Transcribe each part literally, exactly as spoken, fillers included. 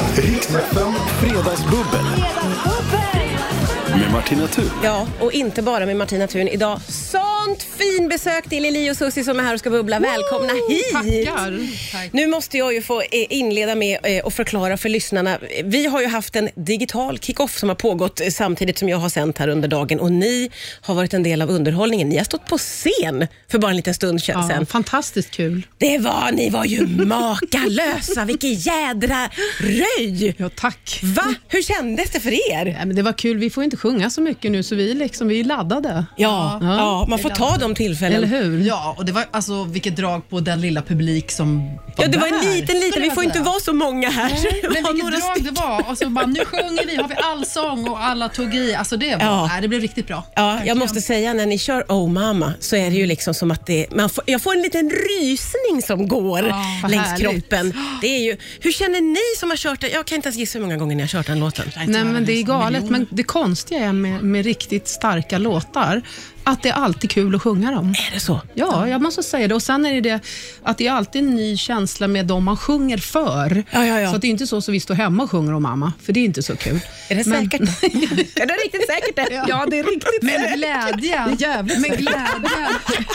Rix F M Fredagsbubbel med Martina Thun. Ja, och inte bara med Martina Thun. Idag sånt fin besök till Lili och Susie som är här och ska bubbla. Välkomna hit! Tackar! Tack. Nu måste jag ju få inleda med att förklara för lyssnarna. Vi har ju haft en digital kick-off som har pågått samtidigt som jag har sänt här under dagen. Och ni har varit en del av underhållningen. Ni har stått på scen för bara en liten stund sedan. Ja, fantastiskt kul. Det var, ni var ju makalösa. Vilken jädra röj! Ja, tack. Va? Hur kändes det för er? Ja, men det var kul. Vi får inte sjunga så mycket nu så vi, liksom, vi är laddade. Ja, ja. ja man får ta de tillfällen. Eller hur? Ja, och det var alltså vilket drag på den lilla publik som var Ja, det var en där. liten, liten. Vi får inte vara så många här. Nej, men vilket några drag det var. Och så bara, nu sjunger vi, har vi allsång och alla tog i. Alltså det var, Ja. nej, det blev riktigt bra. Ja, Verkligen. jag måste säga, när ni kör Oh Mama så är det ju liksom som att det, man får, jag får en liten rysning som går Ja, längs härligt. kroppen. Det är ju, hur känner ni som har kört det? Jag kan inte ens gissa hur många gånger ni har kört den låten. Nej, men det är galet. Men det konstiga är med, med riktigt starka låtar att det är alltid kul att sjunga dem. Är det så? Ja, jag måste säga det. Och sen är det det att det är alltid en ny känsla med dem man sjunger för. Ja, ja, ja. Så att det är inte så att vi står hemma och sjunger om mamma, för det är inte så kul. Är det Men- säkert? Är det riktigt säkert det? Ja, ja, det är riktigt Men säkert. glädjen, Det är jävligt men säkert. glädjen.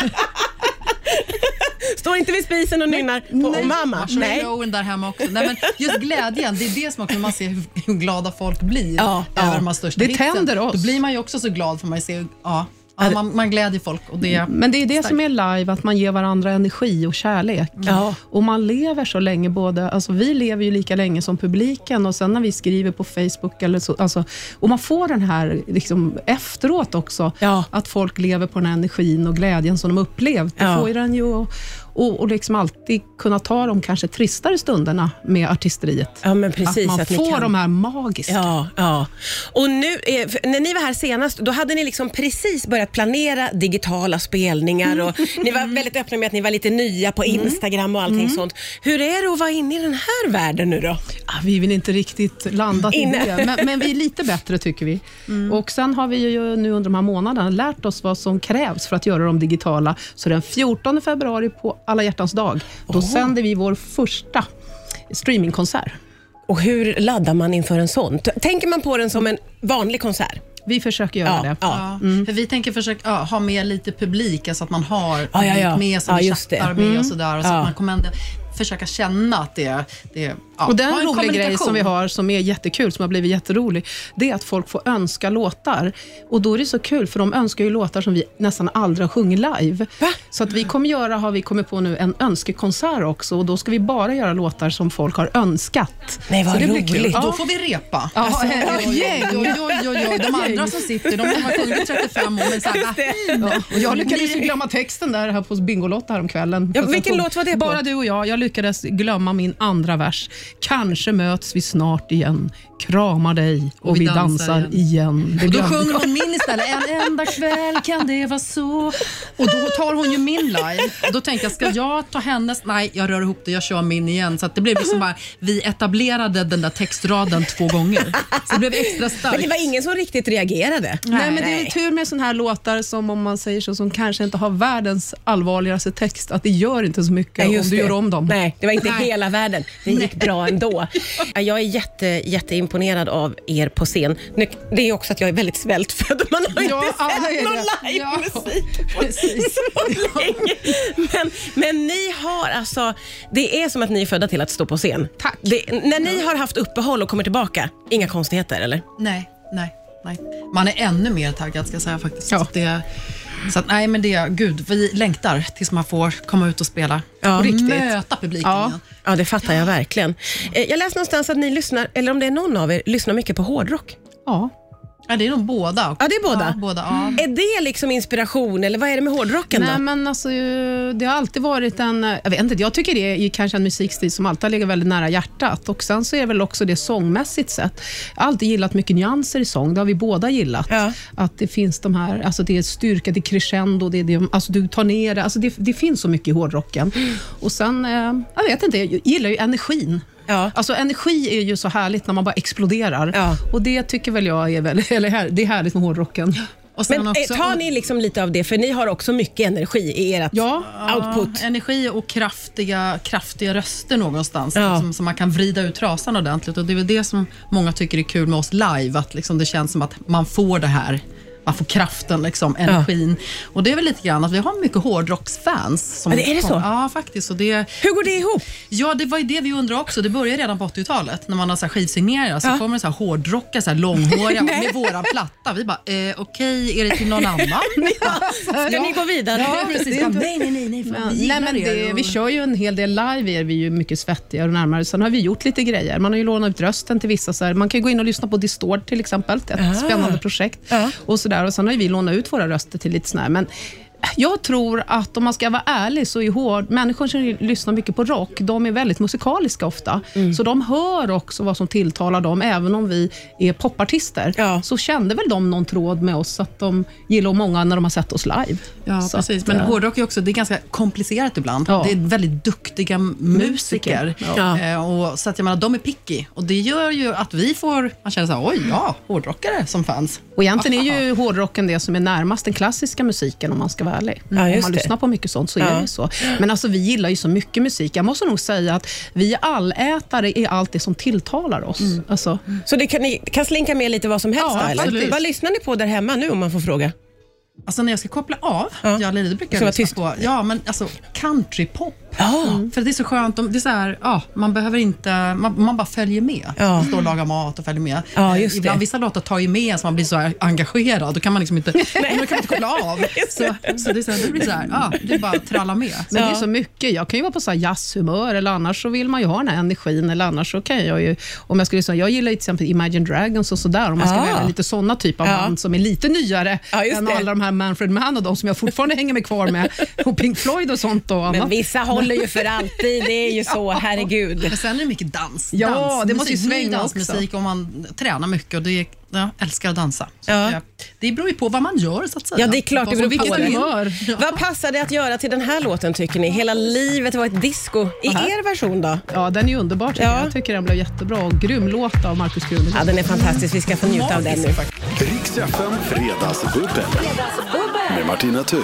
Står inte vid spisen och nynnar på Oh Mama? Nej. Owen där hemma också. Nej, men just glädjen, det är det som också, när man ser hur, hur glada folk blir Ja, över ja. de här största Det hitsen. tänder oss. Då blir man ju också så glad för man ser, ja, ja man, man glädjer folk och det. Men det är det starkt. som är live, att man ger varandra energi och kärlek. Ja. Och man lever så länge, både, alltså vi lever ju lika länge som publiken, och sen när vi skriver på Facebook eller så, alltså, och man får den här liksom, efteråt också, Ja. att folk lever på den här energin och glädjen som de upplevt. Ja. Det får ju den ju, och, och, och liksom alltid kunna ta de kanske tristare stunderna med artisteriet. Ja, men precis. Att man att ni får kan. de här magiska. Ja, ja. Och nu, eh, för- när ni var här senast, då hade ni liksom precis börjat planera digitala spelningar och ni var väldigt öppna med att ni var lite nya på Instagram och allting sånt. Hur är det att vara inne i den här världen nu då? Ja, vi vill inte riktigt landat i Inne. det, men, men vi är lite bättre tycker vi. Och sen har vi ju nu under de här månaderna lärt oss vad som krävs för att göra dem digitala. Så den fjortonde februari på Alla hjärtans dag, då sänder vi vår första streamingkonsert. Och hur laddar man inför en sån? T- Tänker man på den som en vanlig konsert? Vi försöker göra Ja, det. ja. Ja, för vi tänker försöka ja, ha med lite publik, alltså att man har Ja, ja, ja. publik med som Ja, vi just det. chattar med och sådär. Och så Ja. att man kommer ändå försöka känna att det, det ja, Och den ha en roliga grej kommunikation. som vi har, som är jättekul, som har blivit jätterolig, det är att folk får önska låtar. Och då är det så kul, för de önskar ju låtar som vi nästan aldrig har sjungit live. Va? Så att vi kommer göra, har vi kommit på nu, en önskekonsert också. Och då ska vi bara göra låtar som folk har önskat. Nej, vad Så det blir kul. roligt. Ja. Då får vi repa. Ja, Alltså, oj, oj, oj, oj, oj, oj. De andra som sitter, de har sjungit i trettiofem år. Men så här, Ja, och jag lyckades ju glömma texten där här på Bingolotta häromkvällen. Ja, vilken låt var det på? Bara du och jag. Jag lyckades glömma min andra vers. Kanske möts vi snart igen. Kramar dig och, vi dansar, igen. Det och då glömde sjunger jag. hon min istället. En enda kväll kan det vara så. Och då tar hon ju min live. Och då tänkte jag, ska jag ta hennes? Nej, jag rör ihop det, jag kör min igen. Så att det blev liksom bara, vi etablerade den där textraden två gånger. Så det blev extra Men starkt. det var ingen som riktigt reagerade. Nej, men det är ju tur med sån här låtar som, om man säger så, som kanske inte har världens allvarligaste text, att det gör inte så mycket Nej, om just du det. gör om dem. Nej, det var inte Nej. hela världen. Det gick bra ändå. Jag är jätte, jätteimponerad av er på scen. Nu, det är också att jag är väldigt svältfödd. Man har ju Ja, inte alla sett är någon det. livemusik på precis. så länge. Men, men ni har alltså, det är som att ni är födda till att stå på scen. Tack. Det, när ni har haft uppehåll och kommer tillbaka, inga konstigheter eller? Nej, nej, nej. Man är ännu mer taggad, ska jag säga faktiskt. Ja. Så att det, så att, nej, men det, gud, vi längtar tills man får komma ut och spela. Ja, och riktigt. möta publiken Ja. igen. Ja, det fattar jag verkligen. Eh, Jag läste någonstans att ni lyssnar, eller om det är någon av er, lyssnar mycket på hårdrock. Ja. Ja, det är nog båda. Ja, det är båda. Ja, båda ja. Är det liksom inspiration, eller vad är det med hårdrocken Nej, då? men alltså, det har alltid varit en, jag vet inte, jag tycker det är kanske en musikstil som alltid har legat väldigt nära hjärtat, och sen så är det väl också det sångmässigt sett. Jag har alltid gillat mycket nyanser i sång, det har vi båda gillat. Ja. Att det finns de här, alltså det är styrka, det är crescendo, det är det, alltså du tar ner det, alltså det, det finns så mycket i hårdrocken. Och sen, eh, jag vet inte, jag gillar ju energin. Ja. Alltså energi är ju så härligt när man bara exploderar. Ja. Och det tycker väl jag är väl, eller här, det är härligt med hårdrocken. Och sen Men också, eh, tar ni liksom lite av det, för ni har också mycket energi i ert Ja. output. Ja, energi och kraftiga, kraftiga röster någonstans Ja. liksom, som man kan vrida ut trasan ordentligt. Och det är väl det som många tycker är kul med oss live, att liksom det känns som att man får det här, man får kraften, liksom, energin. Ja. Och det är väl lite grann att vi har mycket hårdrocksfans. Som Ja, det är det så? Ja, faktiskt. Och det, Hur går det ihop? ja, det var ju det vi undrar också. Det började redan på åttiotalet när man har så här skivsignerat. Så Ja. kommer det så här hårdrockar, så här långhåriga med våran platta. Vi bara, eh, okej, okay, är det till någon annan? Ska ja. ni gå vidare? Ja, precis. Bara, nej, nej, nej, nej. För Ja, vi nej, men det, och... vi kör ju en hel del live, är vi ju mycket svettigare och närmare. Sen har vi gjort lite grejer. Man har ju lånat ut rösten till vissa. Så här. Man kan ju gå in och lyssna på Distort till exempel. Ett Ah. spännande projekt. Ja. Och, så där. Och sen har ju vi lånat ut våra röster till lite sån här. Men jag tror att om man ska vara ärlig så är hård, människor som lyssnar mycket på rock, de är väldigt musikaliska ofta. Mm. Så de hör också vad som tilltalar dem, även om vi är popartister. Ja. Så kände väl de någon tråd med oss att de gillar många när de har sett oss live. Ja, så precis. att, men äh, hårdrock är också, det är ganska komplicerat ibland. Ja. Det är väldigt duktiga musiker. Ja. Eh, och, så att jag menar, de är picky. Och det gör ju att vi får, man känner så här, oj, ja, hårdrockare som fans. Och egentligen är ju hårdrocken det som är närmast den klassiska musiken, om man ska vara ärlig. Ja, just om man det. lyssnar på mycket sånt så Ja. är det så. Men alltså, vi gillar ju så mycket musik. Jag måste nog säga att vi är allätare i allt det som tilltalar oss. Mm. Alltså. Så det kan, ni kan slinka med lite vad som helst Ja, då, eller? absolut. Vad lyssnar ni på där hemma nu, om man får fråga? Alltså när jag ska koppla av, Ja. ja, det brukar Så jag var tyst. lyssna på. Ja, men alltså countrypop. Ja. Mm. För det är så skönt, det är så här, ja, man behöver inte, man, man bara följer med. Ja. Man står och lagar mat och följer med. Ja, just Eh, Ibland det. vissa låtar tar ju med så man blir så här engagerad, då kan man liksom inte, då kan man inte koppla av. Så, så det, är så här, det blir så här, ja, det är bara att tralla med. Men det är Ja. så mycket. Jag kan ju vara på så här jazzhumör, eller annars så vill man ju ha den här energin, eller annars så kan jag ju, om jag skulle säga, jag gillar ju till exempel Imagine Dragons och sådär, om man ska Ah. välja lite sådana typ av Ja. band som är lite nyare Ja, just än det. alla de här Manfred Mann och de som jag fortfarande hänger med kvar med, och Pink Floyd och sånt och annat. Men vissa håller ju för alltid, det är ju så, herregud. Men sen är det mycket dans. Ja, dans, det måste ju musik, ny svänga dansmusik och man tränar mycket och det är, jag älskar att dansa. Så Ja. det, det beror ju på vad man gör, så att säga. Ja, det är klart det Vad beror som på passar det. in. humör. Vad passar det att göra till den här låten, tycker ni? Hela livet var ett disco. I er version då? Ja, den är ju underbar tycker Ja. jag. Jag tycker den blev jättebra och grym låt av Markus Krunegård. Ja, den är fantastisk. Vi ska få njuta av den nu. Riks F M Fredagsbubbel med Martina Thun.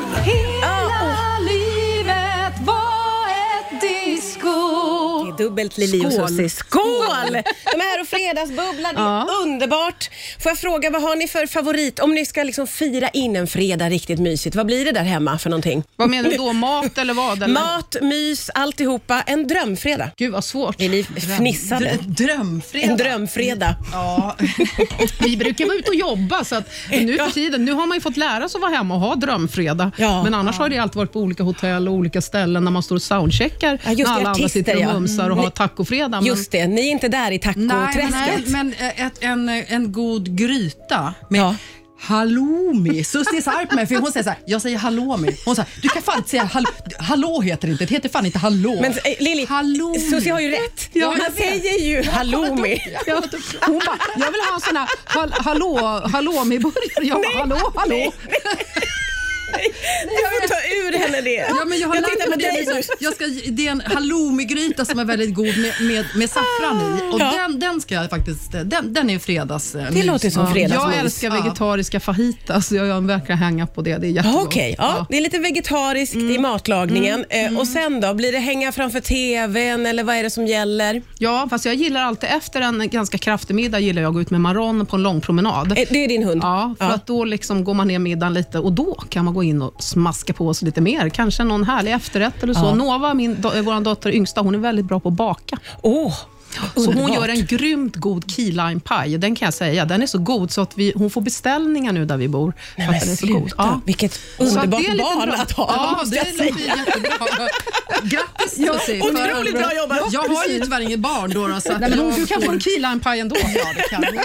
Hela livet var ett disco. Dubbelt Lili och Skål. Susie. Skål! De är här och fredagsbubblar, det är Ja. underbart. Får jag fråga, vad har ni för favorit? Om ni ska liksom fira in en fredag riktigt mysigt, vad blir det där hemma för någonting? Vad menar du då? Mat eller vad? Eller? Mat, mys, alltihopa. En drömfredag. Gud vad svårt. Lili fnissade. Drö- Drömfredag. En drömfredag. Ja. Vi brukar vara ute och jobba, så att nu för tiden, nu har man ju fått lära sig att vara hemma och ha drömfredag. Ja. Men annars har det alltid varit på olika hotell och olika ställen när man står och soundcheckar, Ja, just när det, alla andra artister, sitter och ja. mumsar och har tacofredag. Men Just det, ni är inte där i Nej, tacoträsket. nej, men eh, ett, en, en god gryta med Ja. halloumi. Susie är så arg på mig för hon säger så här, jag säger halloumi. Hon säger, du kan fan inte säga hall hallå heter det inte, det heter fan inte hallå. Men eh, Lili, halloumi. Susie har ju rätt. Ja, Man jag vet. säger ju halloumi. Ja, hon bara, jag vill ha en sån här hall, hallå, halloumi-burgare. Jag bara, hallå, hallå. Du får ta ur henne det. Ja, men jag har jag lärt tittar mig på det. dig nu. Så jag ska, det är en halloumigryta som är väldigt god med, med, med saffran i. Och Ja. den, den ska jag faktiskt, den, den är fredags. Det låter som Jag fredagsmys. älskar vegetariska fajitas. Jag, jag verkar hänga på det. Det är jättebra. Ja, Okej, ja. Det är lite vegetariskt i matlagningen. Eh, Och sen då, blir det hänga framför tvn eller vad är det som gäller? Ja, fast jag gillar alltid efter en ganska kraftig middag gillar jag att gå ut med Maron på en lång promenad. Eh, Det är din hund? Ja, för Ja. att då liksom går man ner middagen lite och då kan man gå in och smaska på sig lite mer. Kanske någon härlig efterrätt eller så. Ja. Nova, min, do, vår dotter yngsta, hon är väldigt bra på att baka. Åh, Så hon underbart. gör en grymt god key lime pie. Den kan jag säga. Den är så god så att vi, hon får beställningar nu där vi bor. För Men att den är så god. sluta, Ja. vilket Så att underbart det är en liten barn dröm. att ha, Ja, måste det jag säga. låter jättebra. Grattis Susie. otroligt bra jobbat. Jag har ju tyvärr inget barn då. då så att Nej, men jag du kan få en key lime pie ändå. Ja, det kan jag.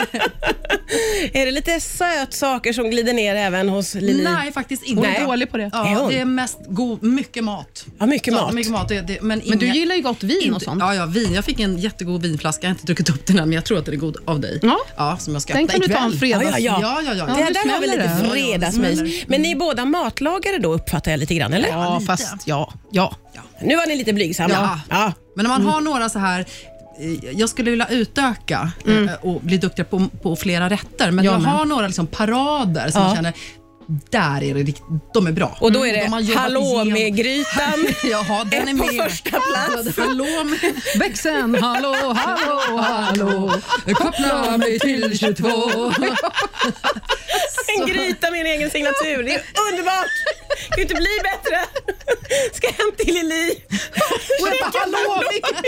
Är det lite sötsaker som glider ner även hos Lili? Nej, faktiskt inte. Hon är Nej. dålig på det. Är Ja, hon? det är mest god, mycket mat. Ja, mycket Ja, mat. mycket mat det, det, men, Men du inga- gillar ju gott vin och inte, sånt. Ja, ja, vin. Jag fick en jättegod vinflaska. Jag har inte druckit upp den än, men jag tror att den är god av dig. Ja. Ja, som jag ska Den öppna kan du ta en ikväll. fredags. Ja, ja, Ja, ja, ja. Det Ja, här du där har vi smäller lite det. fredagsmys. Ja, ja, Men ni är båda matlagare då, uppfattar jag lite grann, eller? Ja, lite. fast ja. ja. Nu var ni lite blygsamma. Ja. Ja. Men när man har några så här jag skulle vilja utöka Mm. eh, och bli duktig på, på flera rätter. Men Jag jag, med. har några liksom parader som Ja. jag känner, där är det rikt- de är bra. Och då är De har det jobbat halloumi-grytan Jaha, den är på med. första plats. Halloumi. Växeln, hallå, hallå, hallå. Koppla mig till tjugotvå. En gryta med en egen signatur. Det är underbart. Det kan ju inte bli bättre. Ska hem till Lili. Vänta, hallå,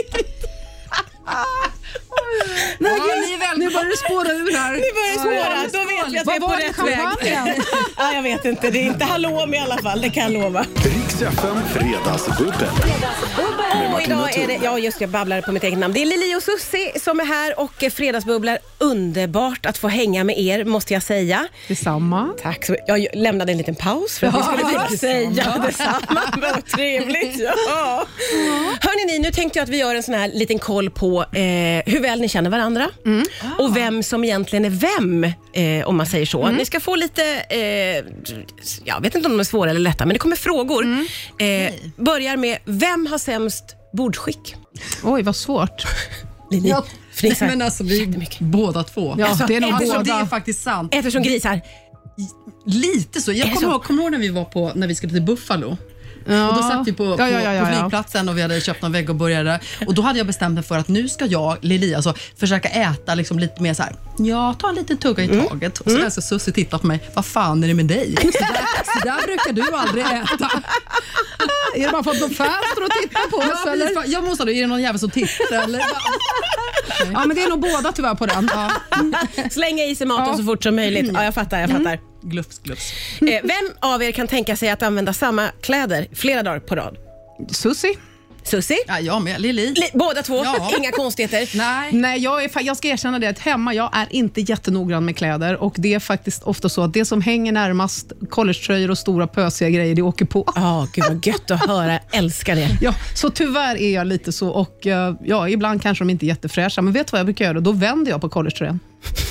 Nej, ja, ni är väl... nu börjar det spåra ur här. Nu börjar det svåra. Då vet vi att vi är Vad på var det rätt champagnen? väg. Ja, jag vet inte. Det är inte halloumi i alla fall. Det kan jag lova. Rix F M Fredagsbubbel. Med Och Martina idag är det, Thun. ja just det, jag babblar på mitt eget namn. Det är Lili och Susie som är här och eh, fredagsbubblar. Underbart att få hänga med er, måste jag säga. Detsamma. Tack så Jag lämnade en liten paus för att vi skulle kunna säga detsamma. Vad trevligt, ja. Hörrni ni, nu tänkte jag att vi gör en sån här liten koll på eh, hur väl ni känner varandra och vem som egentligen är vem, eh, om man säger så. Ni ska få lite, eh, jag vet inte om de är svåra eller lätta, men det kommer frågor. Eh, börjar med, vem har sämst bordskick? Oj, vad svårt. Lili, Ja. fnissar. Men alltså, vi Jättemycket. båda två. Ja, det är nog alltså, båda. det är faktiskt sant. Eftersom grisar. Lite så. Är Jag det kommer så? ihåg, kommer ihåg när vi var på när vi skulle till Buffalo. Ja. Och då satt vi på, Ja, på, ja, ja, ja, på ja. flygplatsen och vi hade köpt någon vegoburgare. Och då hade jag bestämt mig för att nu ska jag, Lili, alltså, försöka äta liksom lite mer så här. Ja, ta en liten tugga i taget. Och så mm. så Susie tittar på mig. Vad fan är det med dig? Så där, så där brukar du aldrig äta. Är det bara för att de fans och titta på oss? Ja, Eller? precis. Jag måste, är det någon jävel som tittar? Eller? Ja, men det är nog båda tyvärr på den. Ja. Slänga i sig maten Ja. så fort som möjligt. Ja, jag fattar, jag fattar. Glufs, glufs. Eh, vem av er kan tänka sig att använda samma kläder flera dagar på rad? Susie? Susie? Ja, jag med. Lili? Li- båda två? Ja. Inga konstigheter? Nej. Nej, jag, är, fa- jag ska erkänna det att hemma, jag är inte jättenoggrann med kläder och det är faktiskt ofta så att det som hänger närmast, collegetröjor och stora pösiga grejer, det åker på. Ja, gud vad gött att höra. Jag älskar det. Ja, så tyvärr är jag lite så och eh, ja, ibland kanske de inte är jättefräscha, men vet du vad jag brukar göra? Då vänder jag på collegetröjan.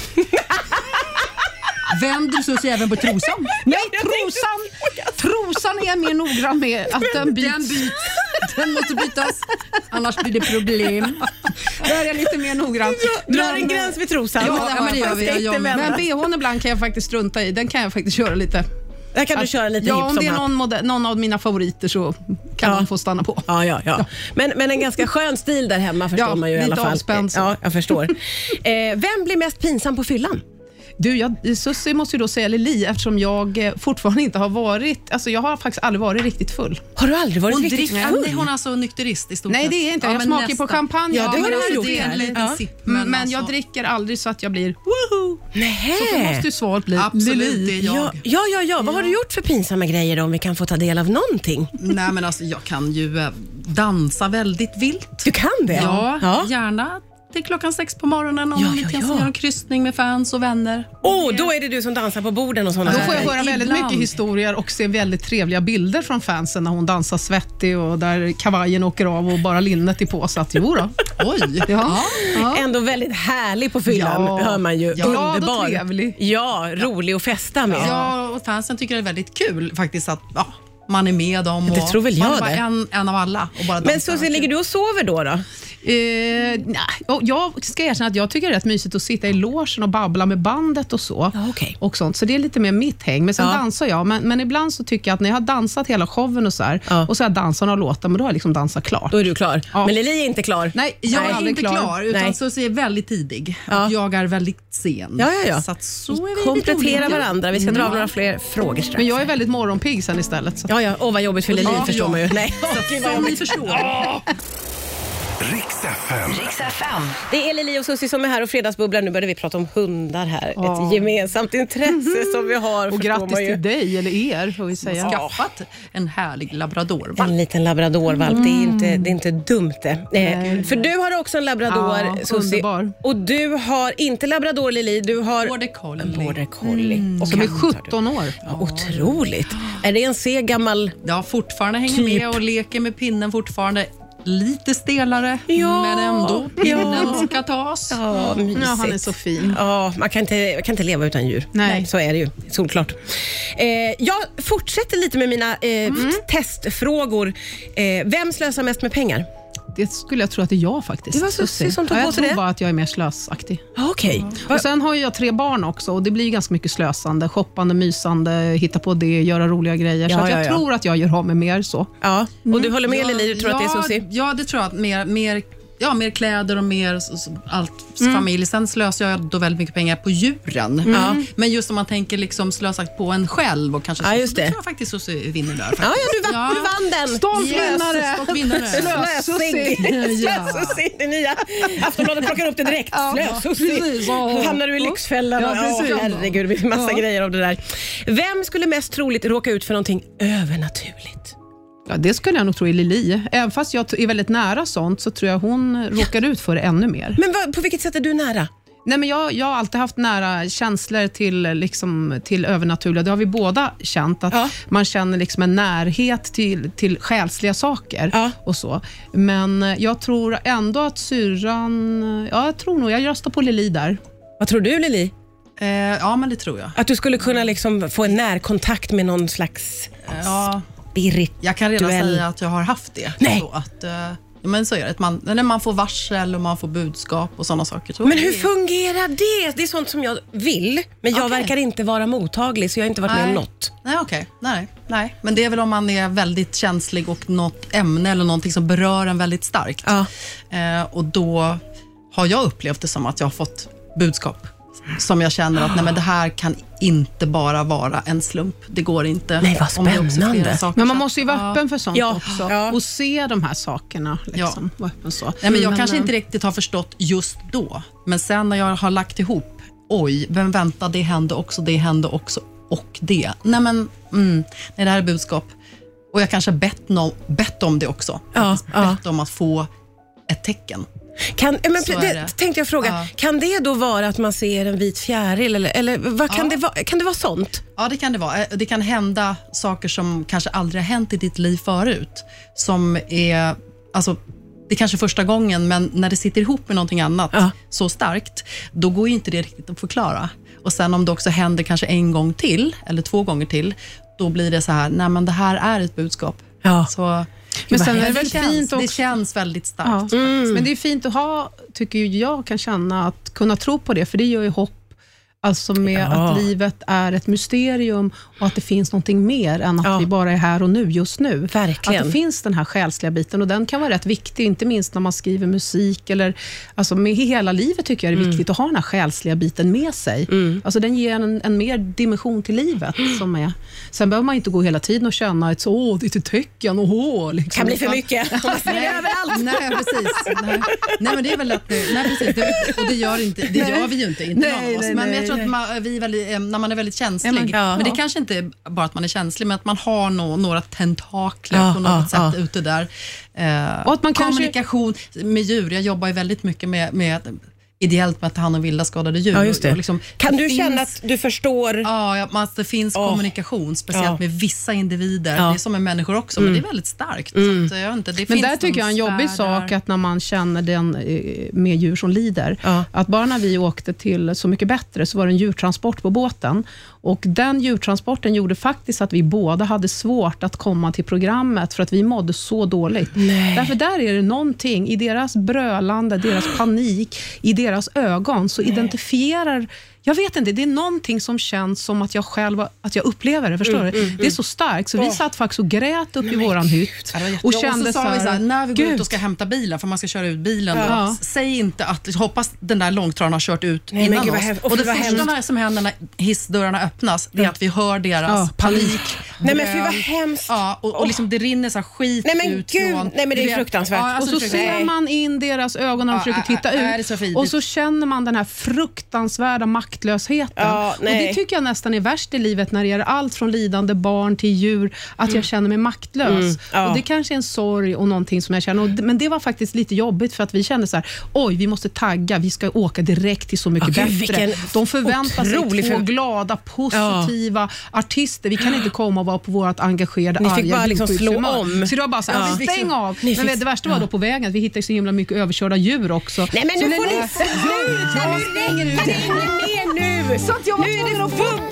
Vänder Susie även på trosan? Nej, trosan, trosan är jag mer noggrann med att den Den byts. byts. Den måste bytas. Annars blir det problem. Där är jag lite mer noggrann. Drar Men, en gräns vid trosan. Ja, ja, men det gör vi. Ska inte Jag med. vända. Men bhn ibland kan jag faktiskt strunta i. Den kan jag faktiskt köra lite. Där kan du köra lite Ja, hipp om som det är happ. någon, modell, någon av mina favoriter så kan Ja. man få stanna på. Ja, ja, ja. Men, men en ganska skön stil där hemma förstår Ja, man ju i lite alla fall. avspänd så. Ja, jag förstår. Eh, vem blir mest pinsam på fyllan? Du, jag, Susie måste ju då säga Lili eftersom jag eh, fortfarande inte har varit, alltså jag har faktiskt aldrig varit riktigt full. Har du aldrig varit Hon riktigt dricker, full? nej, hon är alltså nykterist i stort Nej, sett. det är inte. Jag men smakar nästan. på champagne. Ja, det har men du alltså, gjort. det är en en liten Ja. sipp. Men, Men, jag alltså, dricker aldrig så att jag blir woho! Nej. Så det måste ju svaret bli Absolut, Lili. det är jag. Ja, ja, ja, ja. Vad har du gjort för pinsamma grejer om vi kan få ta del av någonting? Nej, men alltså, jag kan ju eh, dansa väldigt vilt. Du kan det? Ja, ja. gärna till klockan sex på morgonen om Ja, man ja, inte ja. ens gör en kryssning med fans och vänner. Åh, då är det du som dansar på borden och sådana Då får jag saker. höra väldigt Ibland. mycket historier och se väldigt trevliga bilder från fansen när hon dansar svettig och där kavajen åker av och bara linnet är på. Så att jo då. Oj! Ja. Ja. Ändå väldigt härlig på fyllan, Ja. hör man ju. Ja. Glad och Underbar. trevlig. Ja, rolig att festa med. Ja, och fansen tycker det är väldigt kul faktiskt att ja, man är med dem. Det och tror väl jag man är bara det. en, en av alla. Och bara Men dansar. Susie, ligger du och sover då? då? Eh, nej. Och jag ska erkänna att jag tycker det är rätt mysigt att sitta i logen och babbla med bandet och så. Ja, okej. Och sånt. Så det är lite mer mitt häng. Men sen Ja. dansar jag. Men, men ibland så tycker jag att när jag har dansat hela showen och så här, Ja. och så har jag dansat några låtar, men då har jag liksom dansat klart. Då är du klar. Ja. Men Lili är inte klar. Nej, Jag Nej, är aldrig inte klar, utan Nej. Susie är väldigt tidig Ja. och jag är väldigt sen. Ja, ja, ja. Så, att så är vi Komplettera lite olika. varandra. Vi ska dra av några fler frågor strax. Men jag är väldigt morgonpigg sen istället. Så. Ja, ja. Åh, vad jobbigt för Lili, Ja, förstår ja. man ju. Nej. Som ni förstår. Riks F M. Riks F M. Det är Lili och Susie som är här och fredagsbubblar. Nu börjar vi prata om hundar här. Ja. Ett gemensamt intresse som vi har. Och förstår grattis man ju. till dig, eller er får vi säga. Skaffat en härlig labradorvalp. En liten labradorvalp, det, är inte, det är inte dumt det. Eh, för du har också en labrador, Ja, Susie. underbar. Och du har inte labrador, Lili, du har Border collie. en border collie. Och Som är katt har du. sjutton år. Ja, otroligt. Är det en seg gammal... Ja, fortfarande hänger Typ. med och leker med pinnen fortfarande. Lite stelare, Ja. men ändå. Pinnen Ja. ska tas. Ja, mysigt. Ja, han är så fin. Ja, man kan inte, man kan inte leva utan djur. Nej. Så är det ju, solklart. Eh, jag fortsätter lite med mina eh, testfrågor. Eh, vem slösar mest med pengar? Det skulle jag tro att det är jag faktiskt. Det var Susie som tog ja, på jag sig tror det. bara att jag är mer slösaktig. Okej. Okay. Och sen har jag tre barn också och det blir ganska mycket slösande, shoppande, mysande, hitta på det, göra roliga grejer. Ja, så att jag ja, ja. tror att jag gör av med mer så. Ja, och du håller med Lili, du tror ja, att det är Susie? Ja, det tror jag. Att mer, mer, ja, mer kläder och mer så, så, allt Mm. familj. Sen slösar jag då väldigt mycket pengar på djuren. Mm. Ja. Men just om man tänker liksom slösat på en själv och kanske Ja, så, just det. då tror jag faktiskt Susie vinner där. Faktiskt. Ja, ja, du, vann, Ja. du vann den! Stolt Yes, vinnare! stolt vinnare. Slösig! Ja. Slösig, det nya. Aftonbladet plockar upp det direkt. Slösig. precis. Då hamnar du i Lyxfällan. Ja, Ja, precis. oh, herregud, det blir massa Ja. grejer av det där. Vem skulle mest troligt råka ut för någonting övernaturligt? Ja, det skulle jag nog tro är Lili. Även fast jag är väldigt nära sånt så tror jag hon råkar ut för det ännu mer. Men vad, på vilket sätt är du nära? Nej, men jag, jag har alltid haft nära känslor till, liksom, till övernaturliga. Det har vi båda känt. Att Ja. man känner liksom en närhet till, till själsliga saker. Ja. Och så. Men jag tror ändå att syrran... Ja, jag tror nog. Jag röstar på Lili där. Vad tror du, Lili? Eh, ja, men det tror jag. Att du skulle kunna liksom få en närkontakt med någon slags Ja, spirit? jag kan redan Duell. säga att jag har haft det. Nej. Så att, eh, ja, men så är det. Att man, när man får varsel och man får budskap och sådana saker. Så Men är hur det- fungerar det? Det är sånt som jag vill, men jag Okej. verkar inte vara mottaglig, så jag har inte varit med om Nej. något. Nej, okej. Nej, nej. Men det är väl om man är väldigt känslig och något ämne eller någonting som berör en väldigt starkt. Ja. Eh, och då har jag upplevt det som att jag har fått budskap som jag känner att nej, men det här kan inte bara vara en slump. Det går inte. Nej, vad Om det också är flera spännande. saker. Men man måste ju vara Ja. öppen för sånt Ja. också. Ja. Och se de här sakerna. Liksom. Vara öppen så. Nej, men jag Men, kanske eh, inte riktigt har förstått just då. Men sen när jag har lagt ihop, oj, vem väntar, det hände också, det hände också och det. Nej, men mm, nej, det här är budskap. Och jag kanske bett, no, bett om det också. Ja, Faktiskt ja. bett om att få ett tecken. Kan, eh, men, Så är det, det. tänkte jag fråga, Ja. kan det då vara att man ser en vit fjäril? Eller, eller vad kan, Ja. det vara, kan det vara sånt? Ja, det kan det vara. Eh, Det kan hända saker som kanske aldrig har hänt i ditt liv förut. Som är, alltså, det är kanske första gången, men när det sitter ihop med någonting annat Ja. så starkt, då går ju inte det riktigt att förklara. Och sen om det också händer kanske en gång till, eller två gånger till, då blir det så här, nej men det här är ett budskap. Ja. Så, Men sen är det det, väl känns, fint det också. känns väldigt Ja. starkt. Men det är fint att ha, tycker jag kan känna, att kunna tro på det, för det gör ju hopp. Alltså med Ja. att livet är ett mysterium och att det finns någonting mer än att Ja. vi bara är här och nu, just nu. Verkligen. Att det finns den här själsliga biten och den kan vara rätt viktig, inte minst när man skriver musik eller alltså med hela livet tycker jag det är Mm. viktigt att ha den här själsliga biten med sig. Alltså den ger en, en mer dimension till livet. Som är. Sen behöver man inte gå hela tiden och känna ett så, åh, det är ett tecken, åh. Liksom. Kan bli för mycket. Om man ser det överallt. Nej, precis. Nej. nej, men det är väl att det, nej, precis. Det, och det gör, inte, det gör vi ju inte, inte Nej, någon av oss. nej, Men nej, jag tror nej. att man, vi är väldigt, eh, när man är väldigt känslig, Ja, men- ja. men det kanske inte är bara att man är känslig, men att man har no, några tentakler Ja, på något ja, sätt ja. ute där. Eh, Och att man kanske- kommunikation med djur. Jag jobbar ju väldigt mycket med, med ideellt med att ta hand om vilda skadade djur. Ja, just det. Och liksom, Kan det du finns, känna att du förstår? Ja, ja, men att det finns Åh. kommunikation, speciellt Ja. med vissa individer. Ja. Det är som med människor också, men det är väldigt starkt. Så att, jag vet inte, det Men finns där tycker jag är en någon jobbig sfär där. sak att när man känner den eh, med djur som lider. Ja. Att bara när vi åkte till Så mycket bättre så var det en djurtransport på båten. Och den djurtransporten gjorde faktiskt att vi båda hade svårt att komma till programmet för att vi mådde så dåligt. Nej. Därför där är det någonting i deras brölande, deras panik, i deras ögon så identifierar. Jag vet inte, det är någonting som känns som att jag själv, att jag upplever det, förstår du? Det är så starkt, så vi Åh. satt faktiskt och grät upp i våran hytt. Och Ja, kände och så sa vi så här, när vi går Gud. ut och ska hämta bilen, för man ska köra ut bilen, då, Ja. säg inte att, hoppas den där långtradaren har kört ut Nej, men innan gud, vad oss. hemskt. Och, Och det för vad första hemskt. när, som händer när hissdörrarna öppnas, det är att vi hör deras Ja, panik. Nej, men fy vad bröl. hemskt. Ja, och, och liksom det rinner så här skit Nej, men ut gud. från... Nej, men det är du vet- fruktansvärt. Ja, Och alltså, så det- ser man in deras ögon när de Ja, försöker ja, titta ja, det är så ut. fint. Och så känner man den här fruktansvärda maktlösheten. Ja, och nej. det tycker jag nästan är värst i livet när det gäller allt från lidande barn till djur. Att jag känner mig maktlös. Mm, ja. Och det kanske är en sorg och någonting som jag känner. Och, men det var faktiskt lite jobbigt för att vi kände så här, oj, vi måste tagga. Vi ska åka direkt till Så mycket Ja, gud, bättre. vilken De förväntar sig otrolig två för- glada, positiva artister. Vi kan inte komma och vara på vårt engagerade, Ni fick arga bara liksom slå djurskyddshumör. om. Så det var bara så här, Ja. stäng av. Ni Men fick- det värsta var då på vägen att vi hittade så himla mycket överkörda djur också. Nej, men Så nu när får vi- ni sluta. Jag Nu springer ut. Det är inget mer nu. Så att jag var Nu är det tvungen att bubbel.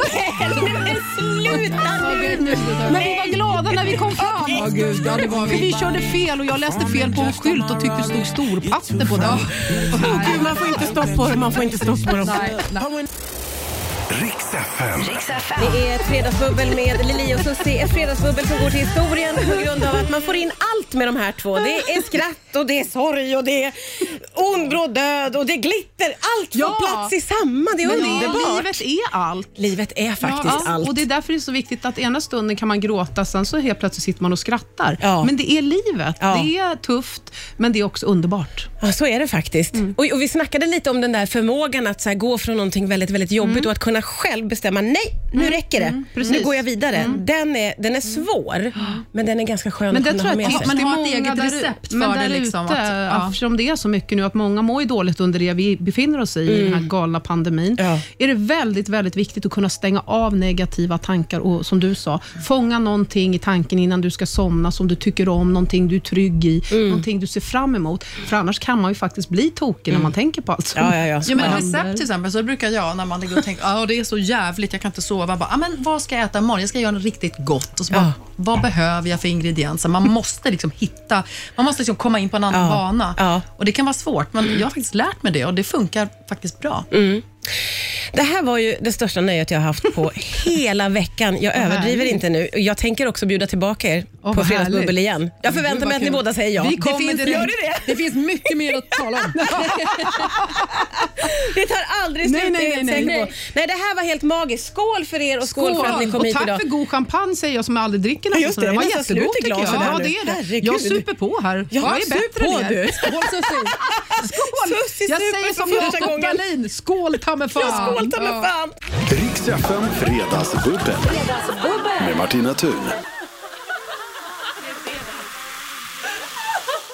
Men sluta nu! Men vi var glada när vi kom fram. Åh, gud, ja, det var För vi körde fel och jag läste fel på en skylt och tyckte det stod storpatte på den. Åh, Gud, man får inte stoppa på dem, man får inte stoppa på dem. Nej, nej. Riks F M. Det är ett fredagsbubbel med Lili och Susie. Ett fredagsbubbel som går till historien på grund av att man får in allt med de här två. Det är skratt och det är sorg och det är ondbråd död och det är glitter. Allt får Ja. plats i samma. Det är Men underbart. livet är allt. Livet är faktiskt Ja, allt. och det är därför det är så viktigt att ena stunden kan man gråta, sen så helt plötsligt sitter man och skrattar. Ja. Men det är livet. Ja. Det är tufft, men det är också underbart. Ja, så är det faktiskt. Mm. Och, och vi snackade lite om den där förmågan att så här, gå från någonting väldigt, väldigt jobbigt Mm. och att kunna själv bestämma, nej, nu räcker det. precis. Nu går jag vidare. Den, är, den är svår, men den är ganska skön Men att det kunna tror ha jag med att sig. Man har det ett är många eget där- recept men för det, där liksom, ute, att- ja. eftersom det är så mycket nu att många mår ju dåligt under det vi befinner oss i, i den här galna pandemin, Ja. är det väldigt, väldigt viktigt att kunna stänga av negativa tankar och som du sa, fånga någonting i tanken innan du ska somna som du tycker om, någonting du är trygg i, någonting du ser fram emot. För annars kan man ju faktiskt bli tokig när man tänker på allt som Ja, ja, ja. Ja, men händer. recept till exempel, så brukar jag när man ligger och tänker ah, det är så jävligt, jag kan inte sova. Bara, ah, men vad ska jag äta imorgon? Jag ska göra något riktigt gott. Och så bara, Ja. vad behöver jag för ingredienser? Man måste liksom hitta, man måste liksom komma in på en annan Ja. bana. Ja. Och det kan vara svårt, men jag har faktiskt lärt mig det och det funkar faktiskt bra. Det här var ju det största nöjet jag har haft på hela veckan. Jag överdriver härligt. inte nu. Jag tänker också bjuda tillbaka er Åh, på vad Fredagsbubbel härligt. igen. Jag förväntar Gud, vad mig att ni kul. båda säger ja. Vi det kommer finns, direkt. gör det det? Det finns mycket mer att tala om. Det tar aldrig slut, Nej, nej, det är jag helt nej, säker nej. på. Nej, det här var helt magiskt. Skål för er och skål, för att ni kom och hit tack idag. för god champagne säger jag som aldrig dricker Ja, nästan. just Så det, den var det är nästan jättegod slut i tycker jag. glasen här Ja, nu. det är det. Herregud. Jag super på här. Ja, jag är sup bättre på än du. er. Skål Susie. Skål. Susie Jag super säger för som första Jakob gången. Dahlin. Skål ta mig fan. Ja, skål ta mig fan. Riks F M Fredagsbubbel. Med Martina Thun.